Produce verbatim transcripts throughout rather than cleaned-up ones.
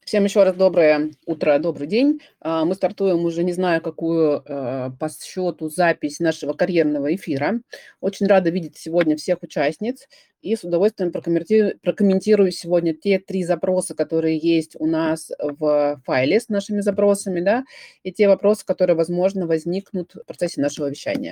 Всем еще раз доброе утро, добрый день. А, Мы стартуем уже не знаю какую э, по счету запись нашего карьерного эфира. Очень рада видеть сегодня всех участниц и с удовольствием прокомменти- прокомментирую сегодня те три запроса, которые есть у нас в файле с нашими запросами, да, и те вопросы, которые, возможно, возникнут в процессе нашего вещания.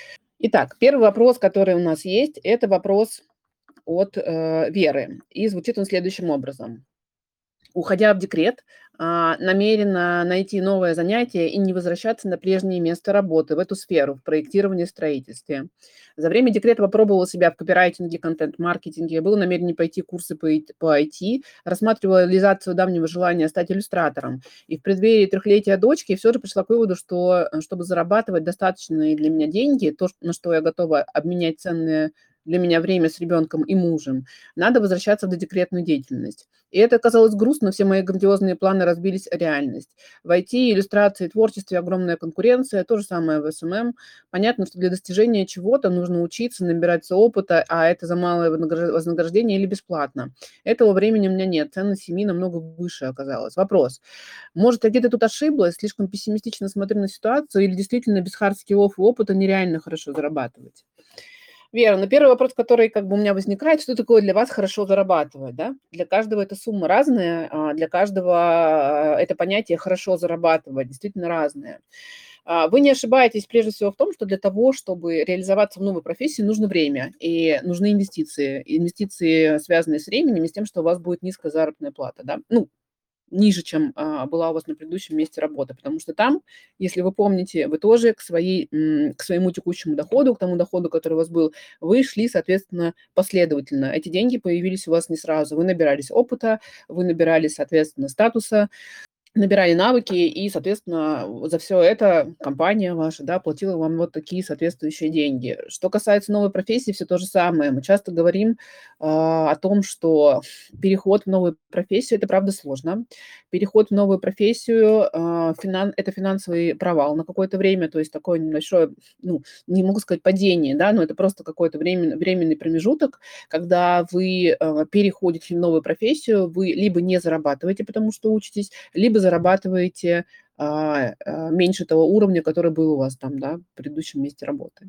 Итак, первый вопрос, который у нас есть, это вопрос от э, Веры, и звучит он следующим образом. Уходя в декрет, а, намерена найти новое занятие и не возвращаться на прежнее место работы, в эту сферу, в проектировании и строительстве. За время декрета попробовала себя в копирайтинге, контент-маркетинге, было намерение пойти курсы по ит- по I T, рассматривала реализацию давнего желания стать иллюстратором. И в преддверии трехлетия дочки все же пришла к выводу, что э, чтобы зарабатывать достаточные для меня деньги, то, ш- на что я готова обменять ценное для меня время с ребенком и мужем, надо возвращаться в додекретную деятельность. И это оказалось грустно, все мои грандиозные планы разбились о реальность. В I T, иллюстрации, творчестве огромная конкуренция, то же самое в S M M. Понятно, что для достижения чего-то нужно учиться, набираться опыта, а это за малое вознаграж- вознаграждение или бесплатно. Этого времени у меня нет, ценность семьи намного выше оказалась. Вопрос. Может, я где-то тут ошиблась, слишком пессимистично смотрю на ситуацию, или действительно без хард-скиллов и опыта нереально хорошо зарабатывать? Вера, ну первый вопрос, который как бы у меня возникает, что такое для вас хорошо зарабатывать, да? Для каждого эта сумма разная, а, для каждого а, это понятие хорошо зарабатывать действительно разное. А, Вы не ошибаетесь прежде всего в том, что для того, чтобы реализоваться в новой профессии, нужно время и нужны инвестиции. Инвестиции, связанные с временем и с тем, что у вас будет низкая заработная плата, да? Ну, ниже, чем, а, была у вас на предыдущем месте работы. Потому что там, если вы помните, вы тоже к своей, м, к своему текущему доходу, к тому доходу, который у вас был, вы шли, соответственно, последовательно. Эти деньги появились у вас не сразу. Вы набирались опыта, вы набирались, соответственно, статуса, набирали навыки, и, соответственно, в за все это компания ваша, да, платила вам вот такие соответствующие деньги. Что касается новой профессии, все то же самое. Мы часто говорим, а, о том, что переход в новую профессию — это правда сложно. Переход в новую профессию, а, финан это финансовый провал на какое-то время, то есть такое небольшое, ну, не могу сказать падение, да, но это просто какой-то времен временный промежуток, когда вы, э, переходите в новую профессию, вы либо не зарабатываете, потому что учитесь, либо зарабатываете, а, а, меньше того уровня, который был у вас там, да, в предыдущем месте работы.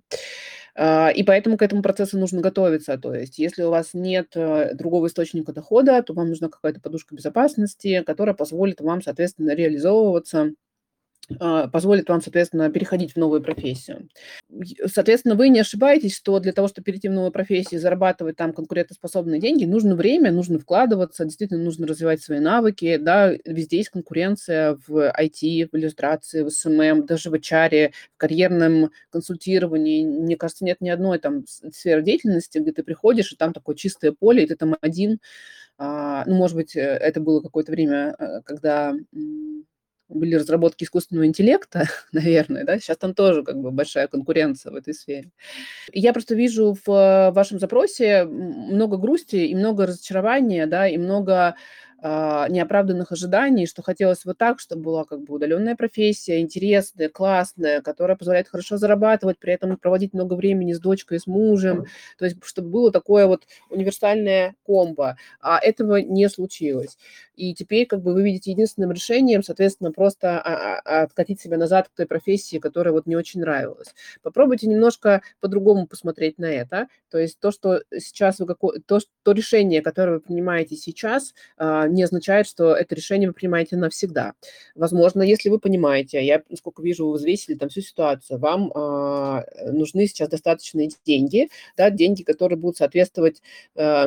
А, и поэтому к этому процессу нужно готовиться. То есть если у вас нет, э, другого источника дохода, то вам нужна какая-то подушка безопасности, которая позволит вам, соответственно, реализовываться, а, позволит вам, соответственно, переходить в новую профессию. Й Соответственно, вы не ошибаетесь, что для того, чтобы перейти в новую профессию и зарабатывать там конкурентоспособные деньги, нужно время, нужно вкладываться, действительно нужно развивать свои навыки. Да, везде есть конкуренция в I T, в иллюстрации, в S M M, даже в H R, в карьерном консультировании. Мне кажется, нет ни одной там с сферы деятельности, где ты приходишь, и там такое чистое поле, и ты там один. А, ну, может быть, э, это было какое-то время, э, когда, м, были разработки искусственного интеллекта, наверное, да. Сейчас там тоже как бы большая конкуренция в этой сфере. Я просто вижу в э, вашем запросе м, много грусти и много разочарования, да, и много, а, неоправданных ожиданий, что хотелось вот так, чтобы была как бы удаленная профессия, интересная, классная, которая позволяет хорошо зарабатывать, при этом проводить много времени с дочкой, с мужем. То есть чтобы было такое вот универсальное комбо, а этого не случилось. И теперь как бы вы видите единственным решением, соответственно, просто, а, а, откатить себя назад к той профессии, которая вот не очень нравилась. Попробуйте немножко по-другому посмотреть на это. То есть то, что сейчас вы како то ш то решение, которое вы принимаете сейчас, а, не означает, что это решение вы принимаете навсегда. Возможно, если вы понимаете, я, насколько вижу, вы взвесили там всю ситуацию, вам, а, э, нужны сейчас достаточные деньги, да, деньги, которые будут соответствовать, э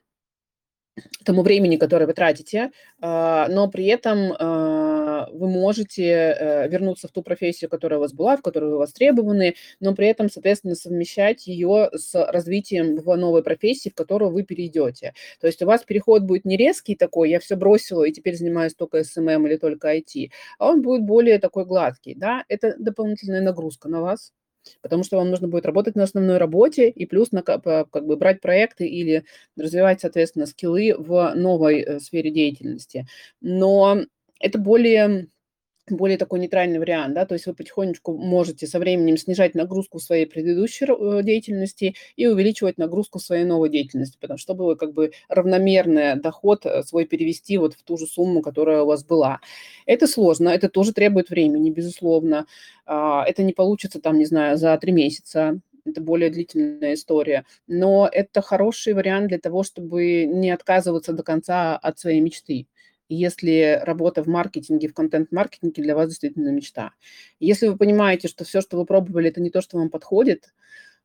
тому времени, которое вы тратите, а, но при этом, а, вы можете, э, вернуться в ту профессию, которая у вас была, в которой вы востребованы, но при этом, соответственно, совмещать ее с развитием в новой профессии, в которую вы перейдете. То есть у вас переход будет не резкий такой: "Я все бросила и теперь занимаюсь только S M M или только I T", а он будет более такой гладкий. Да, это дополнительная нагрузка на вас, потому что вам нужно будет работать на основной работе и плюс нака па как бы брать проекты или развивать, соответственно, скиллы в новой, э, сфере деятельности. Но это более более такой нейтральный вариант, да, то есть вы потихонечку можете со временем снижать нагрузку в своей предыдущей р э, деятельности и увеличивать нагрузку в своей новой деятельности, потому чтобы как бы равномерный доход, э, свой перевести вот в ту же сумму, которая у вас была. Это сложно, это тоже требует времени, безусловно. А, это не получится там, не знаю, за три месяца. Это более длительная история. Но это хороший вариант для того, чтобы не отказываться до конца от своей мечты. Если работа в маркетинге, в контент-маркетинге для вас действительно мечта. Если вы понимаете, что всё, что вы пробовали, это не то, что вам подходит,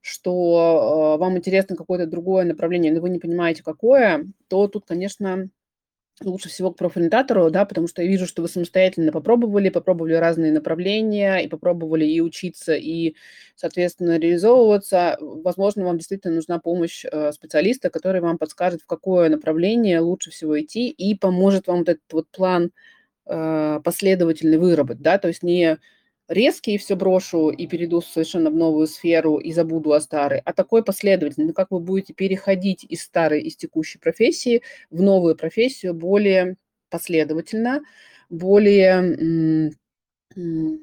что, э, вам интересно какое-то другое направление, но вы не понимаете, какое, то тут, конечно, лучше всего к профориентатору, да, потому что я вижу, что вы самостоятельно попробовали, попробовали разные направления, и попробовали и учиться, и, соответственно, реализовываться. Возможно, вам действительно нужна помощь, э, специалиста, который вам подскажет, в какое направление лучше всего идти, и поможет вам вот этот вот план, э, последовательный выработать, да. То есть не резкий: "Всё брошу и перейду совершенно в новую сферу и забуду о старой", а такой последовательный. Ну, как вы будете переходить из старой, из текущей профессии в новую профессию более последовательно, более, м, м,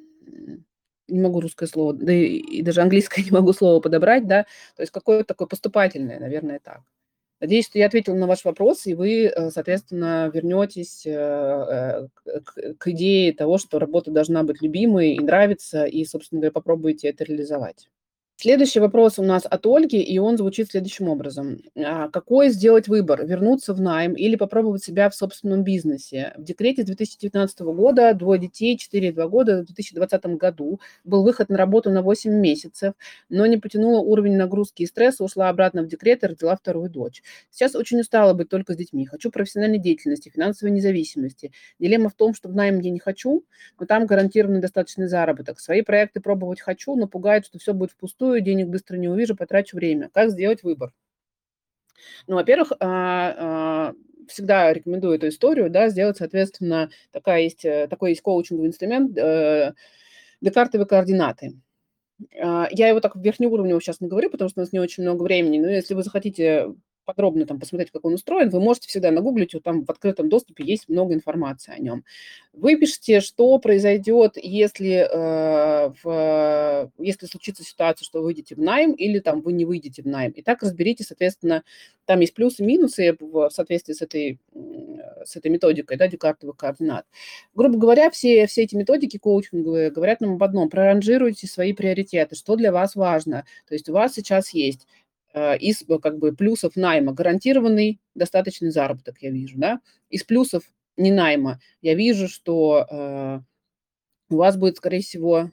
не могу русское слово, да и даже английское не могу слово подобрать, да. То есть какое-то такое поступательное, наверное, так. Надеюсь, что я ответила на ваш вопрос, и вы, э, соответственно, вернетесь, э, э, к к к идее того, что работа должна быть любимой и нравиться, и, собственно говоря, попробуете это реализовать. Следующий вопрос у нас от Ольги, и он звучит следующим образом. А, какой сделать выбор: вернуться в найм или попробовать себя в собственном бизнесе? В декрете с две тысячи девятнадцатого года, двое детей, четыре и два года. В две тысячи двадцатом году был выход на работу на восемь месяцев, но не потянула уровень нагрузки и стресса, ушла обратно в декрет и родила вторую дочь. Сейчас очень устала быть только с детьми. Хочу профессиональной деятельности, финансовой независимости. Дилемма в том, что в найм я не хочу, но там гарантированный достаточный заработок. Свои проекты пробовать хочу, но пугает, что всё будет впустую, денег быстро не увижу, потрачу время. Как сделать выбор? Ну, во-первых, а, а, всегда рекомендую эту историю, да, сделать, соответственно, такая есть, э, такой есть коучинговый инструмент, э, Декартовы координаты. А, я его так верхнеуровнево щас не говорю, потому что у нас не очень много времени, но если вы захотите подробно там посмотреть, как он устроен, вы можете всегда нагуглить, вот там в открытом доступе есть много информации о нём. Выпишите, что произойдет, если, э, в если случится ситуация, что вы выйдете в найм или там вы не выйдете в найм. И так разберите, соответственно, там есть плюсы, минусы в соответствии с этой, м, с этой методикой, да, Декартовых координат. Грубо говоря, все все эти методики коучинговые говорят нам об одном: проранжируйте свои приоритеты, что для вас важно. То есть у вас сейчас есть, э, из как бы плюсов найма гарантированный достаточный заработок, я вижу, да. Из плюсов не найма я вижу, что, э, у вас будет, скорее всего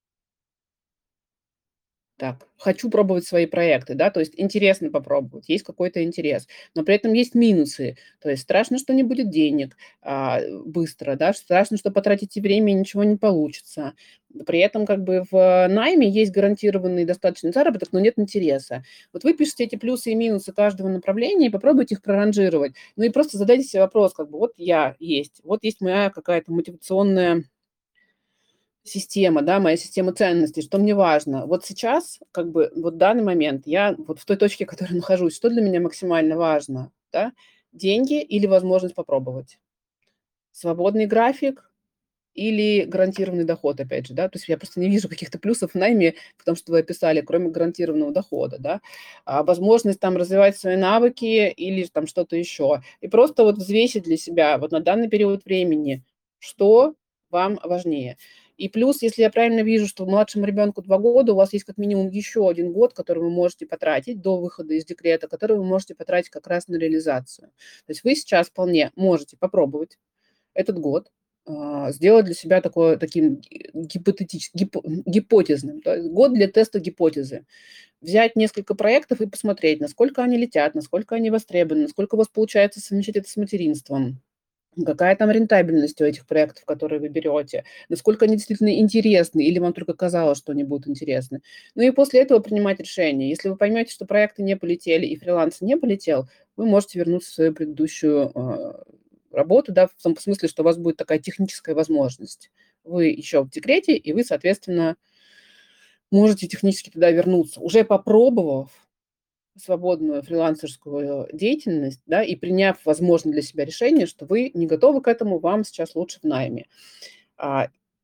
Так, хочу пробовать свои проекты, да, то есть интересно попробовать, есть какой-то интерес, но при этом есть минусы. То есть страшно, что не будет денег, а, быстро, да, страшно, что потратите время и ничего не получится. При этом как бы в найме есть гарантированный достаточный заработок, но нет интереса. Вот выпишите эти плюсы и минусы каждого направления и попробуйте их проранжировать. Ну и просто задайте себе вопрос, как бы: вот я есть, вот есть моя какая-то мотивационная система, да, моя система ценностей, что мне важно. Вот сейчас, как бы, вот данный момент я вот в той точке, в которой нахожусь, что для меня максимально важно, да? Деньги или возможность попробовать? Свободный график или гарантированный доход, опять же, да? То есть я просто не вижу каких-то плюсов в найме в том, что вы описали, кроме гарантированного дохода, да? А, возможность там развивать свои навыки или там что-то еще. И просто вот взвесить для себя вот на данный период времени, что вам важнее. И плюс, если я правильно вижу, что младшему ребенку два года, у вас есть как минимум еще один год, который вы можете потратить до выхода из декрета, который вы можете потратить как раз на реализацию. То есть вы сейчас вполне можете попробовать этот год, а, сделать для себя такое таким ги гипотетич гипо гипотезным, да, год для теста гипотезы. Взять несколько проектов и посмотреть, насколько они летят, насколько они востребованы, насколько у вас получается совмещать это с материнством, какая там рентабельность у этих проектов, которые вы берете, насколько они действительно интересны или вам только казалось, что они будут интересны. Ну и после этого принимать решение. Если вы поймете, что проекты не полетели и фриланс не полетел, вы можете вернуться в свою предыдущую, а, работу, да, в том смысле, что у вас будет такая техническая возможность. Вы еще в декрете, и вы, соответственно можете технически туда вернуться, уже попробовав свободную фрилансерскую деятельность, да, и приняв, возможно, для себя решение, что вы не готовы к этому, вам сейчас лучше в найме. А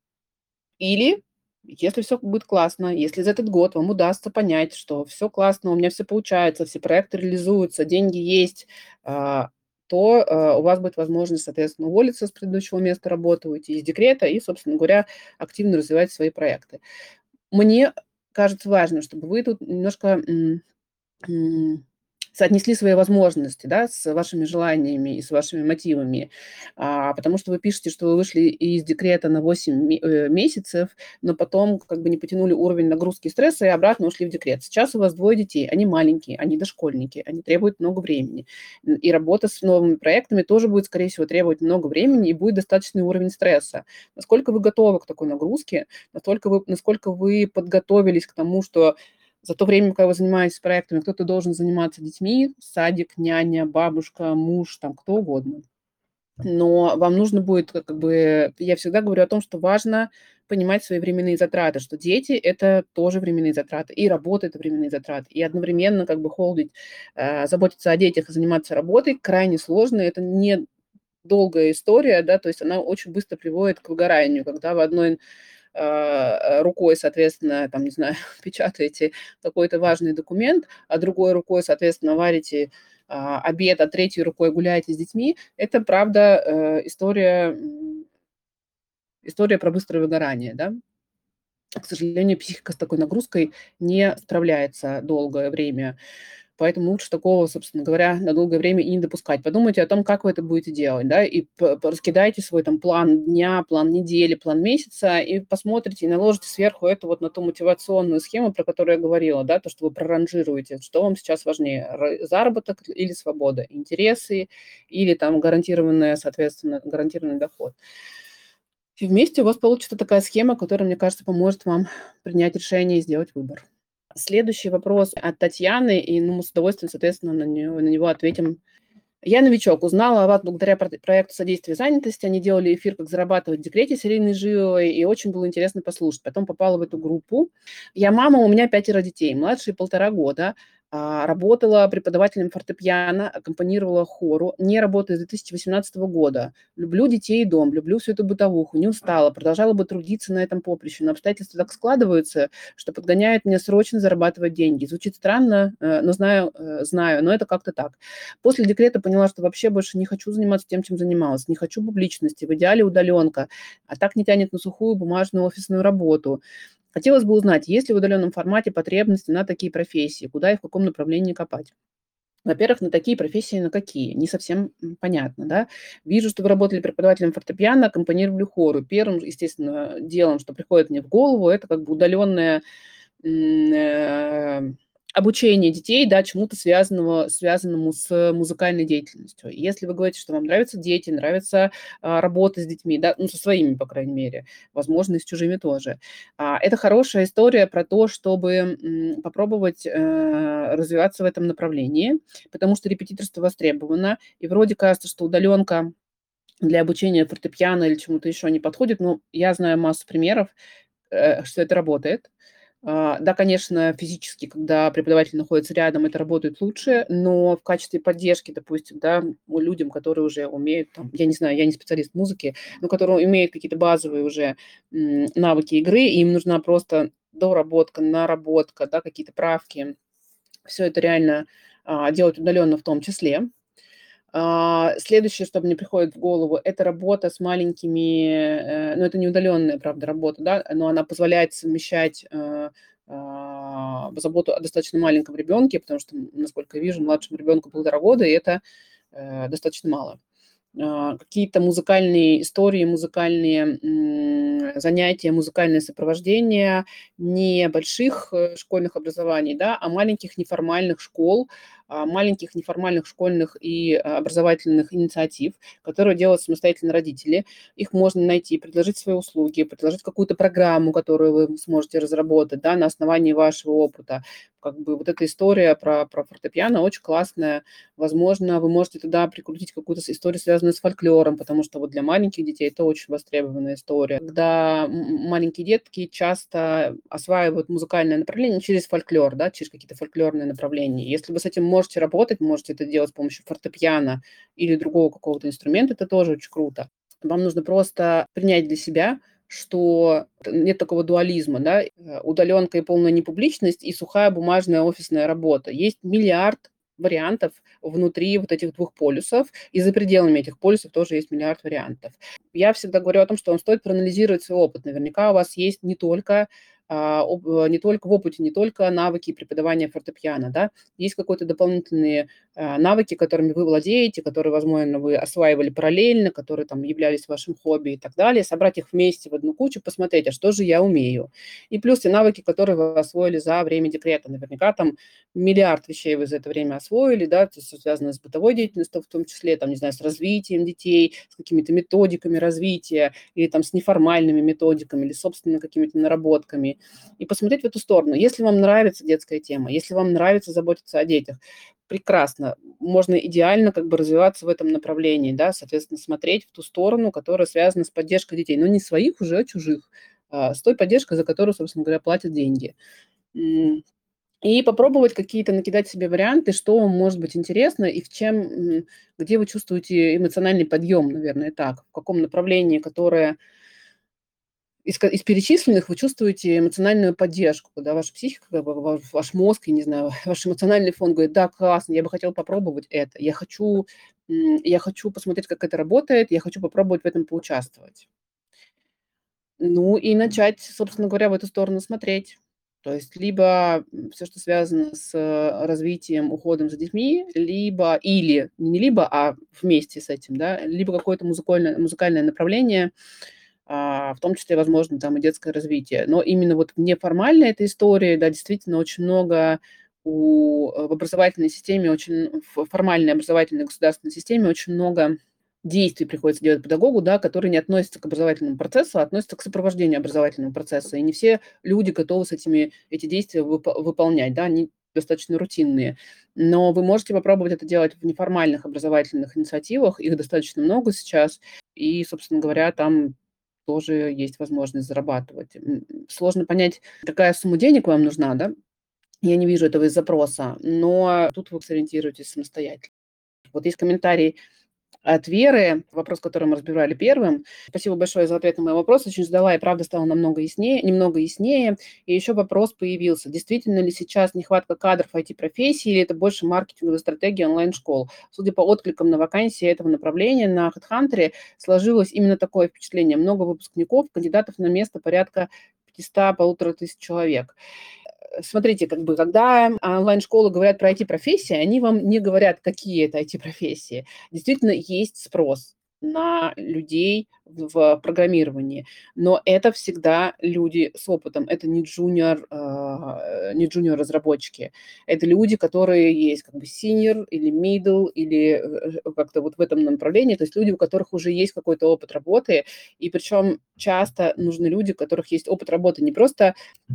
Или если всё будет классно, если за этот год вам удастся понять, что всё классно, у меня всё получается, все проекты реализуются, деньги есть, а, то, э, у вас будет возможность, соответственно, уволиться с предыдущего места работы, уйти из декрета и, собственно говоря, активно развивать свои проекты. Мне кажется важным, чтобы вы тут немножко, м, м, соотнесли свои возможности, да, с вашими желаниями и с вашими мотивами. А, потому что вы пишете, что вы вышли из декрета на восемь ме э, месяцев, но потом как бы не потянули уровень нагрузки и стресса и обратно ушли в декрет. Сейчас у вас двое детей, они маленькие, они дошкольники, они требуют много времени. Н и работа с новыми проектами тоже будет, скорее всего, требовать много времени и будет достаточный уровень стресса. Насколько вы готовы к такой нагрузке, настолько вы насколько вы подготовились к тому, что за то время, пока вы занимаетесь проектами, кто-то должен заниматься детьми: садик, няня, бабушка, муж, там кто угодно. Но вам нужно будет как бы я всегда говорю о том, что важно понимать свои временные затраты, что дети- это тоже временные затраты, и работа- это временные затраты. И одновременно как бы холдить, э, заботиться о детях и заниматься работой крайне сложно. Это не долгая история, да, то есть она очень быстро приводит к выгоранию, когда вы одной, а, рукой, соответственно, там, не знаю, печатаете какой-то важный документ, а другой рукой, соответственно, варите, а, обед, а третьей рукой гуляете с детьми. Это правда, э, история, м история про быстрое выгорание, да. К сожалению, психика с такой нагрузкой не справляется долгое время, поэтому лучше такого, собственно говоря, на долгое время и не допускать. Подумайте о том, как вы это будете делать, да, и п пораскидайте свой там план дня, план недели, план месяца и посмотрите, и наложите сверху это вот на ту мотивационную схему, про которую я говорила, да, то, что вы проранжируете, что вам сейчас важнее: р заработок или свобода, интересы или там гарантированная, соответственно, гарантированный доход. И вместе у вас получится такая схема, которая, мне кажется, поможет вам принять решение и сделать выбор. Следующий вопрос от Татьяны, и, ну, мы с удовольствием, соответственно, на неё на него ответим. Я новичок, узнала о вас благодаря прот проекту содействия занятости. Они делали эфир "Как зарабатывать в декрете серийной жилой", и очень было интересно послушать. Потом попала в эту группу. Я мама, у меня пятеро детей. Младшей полтора года. А, работала преподавателем фортепиано, аккомпанировала хору. Не работаю с две тысячи восемнадцатого года. Люблю детей и дом, люблю всю эту бытовуху, не устала, продолжала бы трудиться на этом поприще, но обстоятельства так складываются, что подгоняют меня срочно зарабатывать деньги. Звучит странно, э, но знаю, э, знаю, но это как-то так. После декрета поняла, что вообще больше не хочу заниматься тем, чем занималась. Не хочу публичности, в идеале удаленка, а так не тянет на сухую бумажную офисную работу. Хотелось бы узнать, есть ли в удаленном формате потребности на такие профессии, куда и в каком направлении копать? Во-первых, на такие профессии на какие? Не совсем, м, понятно, да. Вижу, что вы работали преподавателем фортепиано, аккомпанировали хору. Первым, естественно, делом, что приходит мне в голову, это как бы удаленное, м, э, обучение детей, да, чему-то связанного связанному с музыкальной деятельностью. Если вы говорите, что вам нравятся дети, нравится, а, работа с детьми, да, ну, со своими, по крайней мере, возможно, и с чужими тоже. А, это хорошая история про то, чтобы, м, попробовать, э, развиваться в этом направлении, потому что репетиторство востребовано, и вроде кажется, что удаленка для обучения фортепиано или чему-то еще не подходит, но я знаю массу примеров, э, что это работает. А, да, конечно, физически, когда преподаватель находится рядом, это работает лучше, но в качестве поддержки, допустим, да, м, людям, которые уже умеют там, я не знаю, я не специалист музыки, но которые умеют какие-то базовые уже, м, навыки игры, и им нужна просто доработка, наработка, да, какие-то правки. Всё это реально, а, делать удаленно в том числе. А, следующее, что мне приходит в голову- это работа с маленькими, э, но это не удаленная, правда, работа, да, но она позволяет совмещать, э, а, заботу о достаточно маленьком ребенке, потому что, м, насколько я вижу, младшему ребенку полтора года, и это, э, достаточно мало. А, какие-то музыкальные истории, музыкальные, м, занятия, музыкальное сопровождение небольших, э, школьных образований, да, а маленьких неформальных школ, а, маленьких неформальных школьных и образовательных инициатив, которые делают самостоятельно родители. Их можно найти, предложить свои услуги, предложить какую-то программу, которую вы сможете разработать, да, на основании вашего опыта. Как бы вот эта история про про фортепиано очень классная. Возможно, вы можете туда прикрутить какую-то с историю, связанную с фольклором, потому что вот для маленьких детей это очень востребованная история. Когда м м маленькие детки часто осваивают музыкальное направление через фольклор, да, через какие-то фольклорные направления. Если вы с этим можете работать, можете это делать с помощью фортепиано или другого какого-то инструмента, это тоже очень круто. Вам нужно просто принять для себя, что т нет такого дуализма, да, э, удаленка и полная непубличность, и сухая бумажная офисная работа. Есть миллиард вариантов внутри вот этих двух полюсов, и за пределами этих полюсов тоже есть миллиард вариантов. Я всегда говорю о том, что вам стоит проанализировать свой опыт. Наверняка у вас есть не только, а, об э, не только в опыте, не только навыки преподавания фортепиано, да. Есть какой-то дополнительные, а, навыки, которыми вы владеете, которые, возможно, вы осваивали параллельно, которые там являлись вашим хобби и так далее. Собрать их вместе в одну кучу, посмотреть, а что же я умею. И плюс те навыки, которые вы освоили за время декрета. Наверняка там миллиард вещей вы за это время освоили, да, то есть связано с бытовой деятельностью, в том числе, там, не знаю, с развитием детей, с какими-то методиками развития или там с неформальными методиками или собственными какими-то наработками. И посмотреть в эту сторону. Если вам нравится детская тема, если вам нравится заботиться о детях, прекрасно, можно идеально как бы развиваться в этом направлении, да, соответственно, смотреть в ту сторону, которая связана с поддержкой детей, но не своих уже, а чужих, а, с той поддержкой, за которую, собственно говоря, платят деньги. М, и попробовать какие-то накидать себе варианты, что вам может быть интересно и в чем, м, где вы чувствуете эмоциональный подъем, наверное, так, в каком направлении, которое из ка из перечисленных вы чувствуете эмоциональную поддержку, когда ваша психика, как бы ва ваш мозг, я не знаю, ваш эмоциональный фон говорит: "Да, классно, я бы хотел попробовать это. Я хочу, м, я хочу посмотреть, как это работает, я хочу попробовать в этом поучаствовать". Ну и начать, собственно говоря, в эту сторону смотреть. То есть либо, все, что связано с, э, развитием, уходом за детьми, либо или не либо, а вместе с этим, да, либо какое-то музыкальное музыкальное направление, а, в том числе, возможно, там и детское развитие. Но именно вот в неформальной этой истории, да, действительно очень много у э, в образовательной системе, очень в формальной образовательной государственной системе очень много действий приходится делать педагогу, да, которые не относятся к образовательному процессу, а относятся к сопровождению образовательного процесса. И не все люди готовы с этими эти действия выпо выполнять, да, они достаточно рутинные. Но вы можете попробовать это делать в неформальных образовательных инициативах, их достаточно много сейчас, и, собственно говоря, там тоже есть возможность зарабатывать. М, сложно понять, какая сумма денег вам нужна, да. Я не вижу этого из запроса, но тут вы сориентируетесь самостоятельно. Вот есть комментарий от Веры, вопрос, который мы разбирали первым. Спасибо большое за ответ на мой вопрос. Очень ждала и правда стало намного яснее, немного яснее. И еще вопрос появился. Действительно ли сейчас нехватка кадров I T-профессий или это больше маркетинговая стратегия онлайн-школ? Судя по откликам на вакансии этого направления на HeadHunter сложилось именно такое впечатление. Много выпускников, кандидатов на место порядка пятьсот, полутора тысяч человек. Э, смотрите, как бы, когда онлайн-школы говорят про I T-профессии, они вам не говорят, какие это I T-профессии. Действительно, есть спрос на людей в в программировании, но это всегда люди с опытом. Это не джуниор, а, не джуниор-разработчики. Это люди, которые есть как бы senior или middle, или, э, э, как-то вот в этом направлении. То есть люди, у которых уже есть какой-то опыт работы, и причем часто нужны люди, у которых есть опыт работы не просто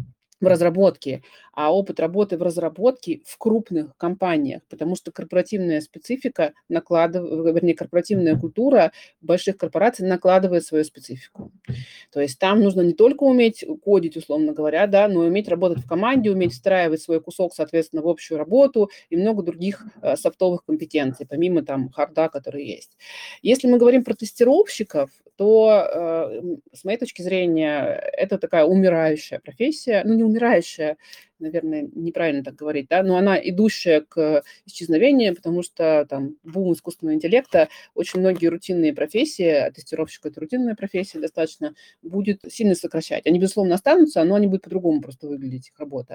в разработке, а опыт работы в разработке в крупных компаниях, потому что корпоративная специфика накладыв вернее, корпоративная культура больших корпораций накладывает свою специфику. То есть там нужно не только уметь кодить, условно говоря, да, но и уметь работать в команде, уметь встраивать свой кусок, соответственно, в общую работу и много других, э, софтовых компетенций, помимо там харда, который есть. Если мы говорим про тестировщиков, то, э, м, с моей точки зрения, это такая умирающая профессия. Ну, не умирающая, наверное, неправильно так говорить, да, но она идущая к исчезновению, потому что там бум искусственного интеллекта, очень многие рутинные профессии, а тестировщик- это рутинная профессия достаточно, будет сильно сокращать. Они, безусловно, останутся, но они будут по-другому просто выглядеть, их работа.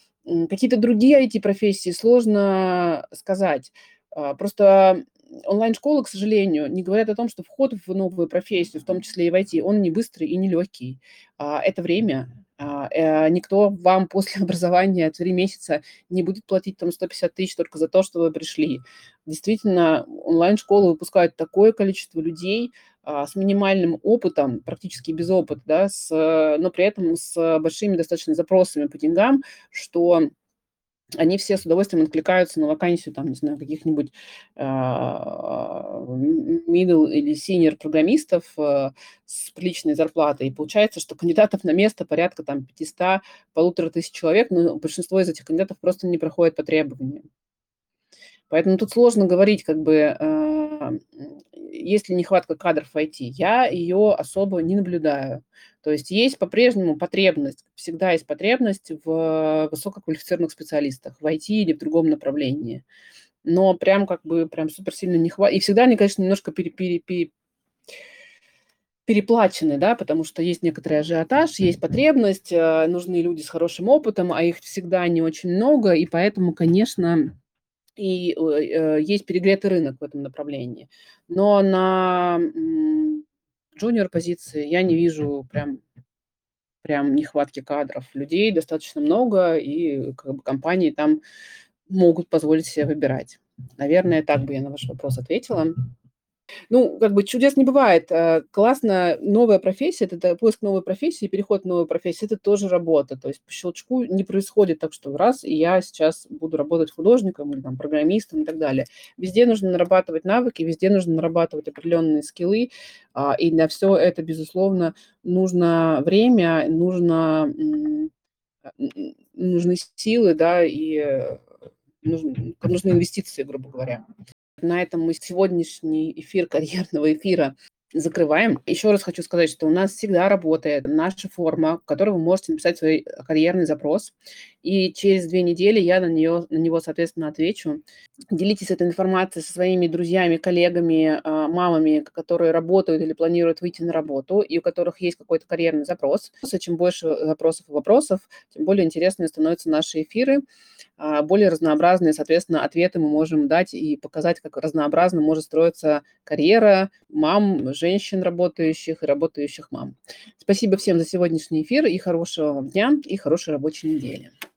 М, какие-то другие I T-профессии сложно сказать. А, просто онлайн-школы, к сожалению, не говорят о том, что вход в новую профессию, в том числе и в I T, он не быстрый и не легкий. А, это время. А, э, никто вам после образования три месяца не будет платить там сто пятьдесят тысяч только за то, что вы пришли. Действительно, онлайн-школы выпускают такое количество людей, а, с минимальным опытом, практически без опыта, да, с, э, но при этом с большими достаточно запросами по деньгам, что они все с удовольствием откликаются на вакансию, там, не знаю, каких-нибудь, а, м middle или senior программистов, э, с приличной зарплатой. И получается, что кандидатов на место порядка там пятьсот, полутора тысяч человек, но большинство из этих кандидатов просто не проходит по требованиям. Поэтому тут сложно говорить как бы, э, а, м, есть ли нехватка кадров в I T? Я ее особо не наблюдаю. То есть есть по-прежнему потребность, всегда есть потребность в высококвалифицированных специалистах в I T или в другом направлении. Но прям как бы прям супер сильно не хва и всегда они, конечно, немножко пере пере пере переплачены, да, потому что есть некоторый ажиотаж, есть потребность, э, нужны люди с хорошим опытом, а их всегда не очень много, и поэтому, конечно, и, э, э, есть перегретый рынок в этом направлении. Но на, м, джуниор-позиции я не вижу прям прям нехватки кадров. Людей достаточно много, и как бы компании там могут позволить себе выбирать. Наверное, так бы я на ваш вопрос ответила. Ну, как бы чудес не бывает. Э, классно, новая профессия, это да, поиск новой профессии, переход в новую профессию- это тоже работа. То есть по щелчку не происходит так, что раз, и я сейчас буду работать художником или там программистом и так далее. Везде нужно нарабатывать навыки, везде нужно нарабатывать определенные скиллы, а, и на все это, безусловно, нужно время, нужно, м, а, н н нужны силы, да, и, э, нужн нужны инвестиции, грубо говоря. На этом мы сегодняшний эфир карьерного эфира закрываем. Еще раз хочу сказать, что у нас всегда работает наша форма, в которой вы можете написать свой э, карьерный запрос, и через две недели я на нее на него, соответственно, отвечу. Делитесь этой информацией со своими друзьями, коллегами, а, мамами, которые работают или планируют выйти на работу, и у которых есть какой-то карьерный запрос. Чем больше запросов и вопросов, тем более интересными становятся наши эфиры, а, более разнообразные, соответственно, ответы мы можем дать и показать, как разнообразно может строиться карьера мам, женщин работающих и работающих мам. Спасибо всем за сегодняшний эфир, и хорошего вам дня, и хорошей рабочей недели.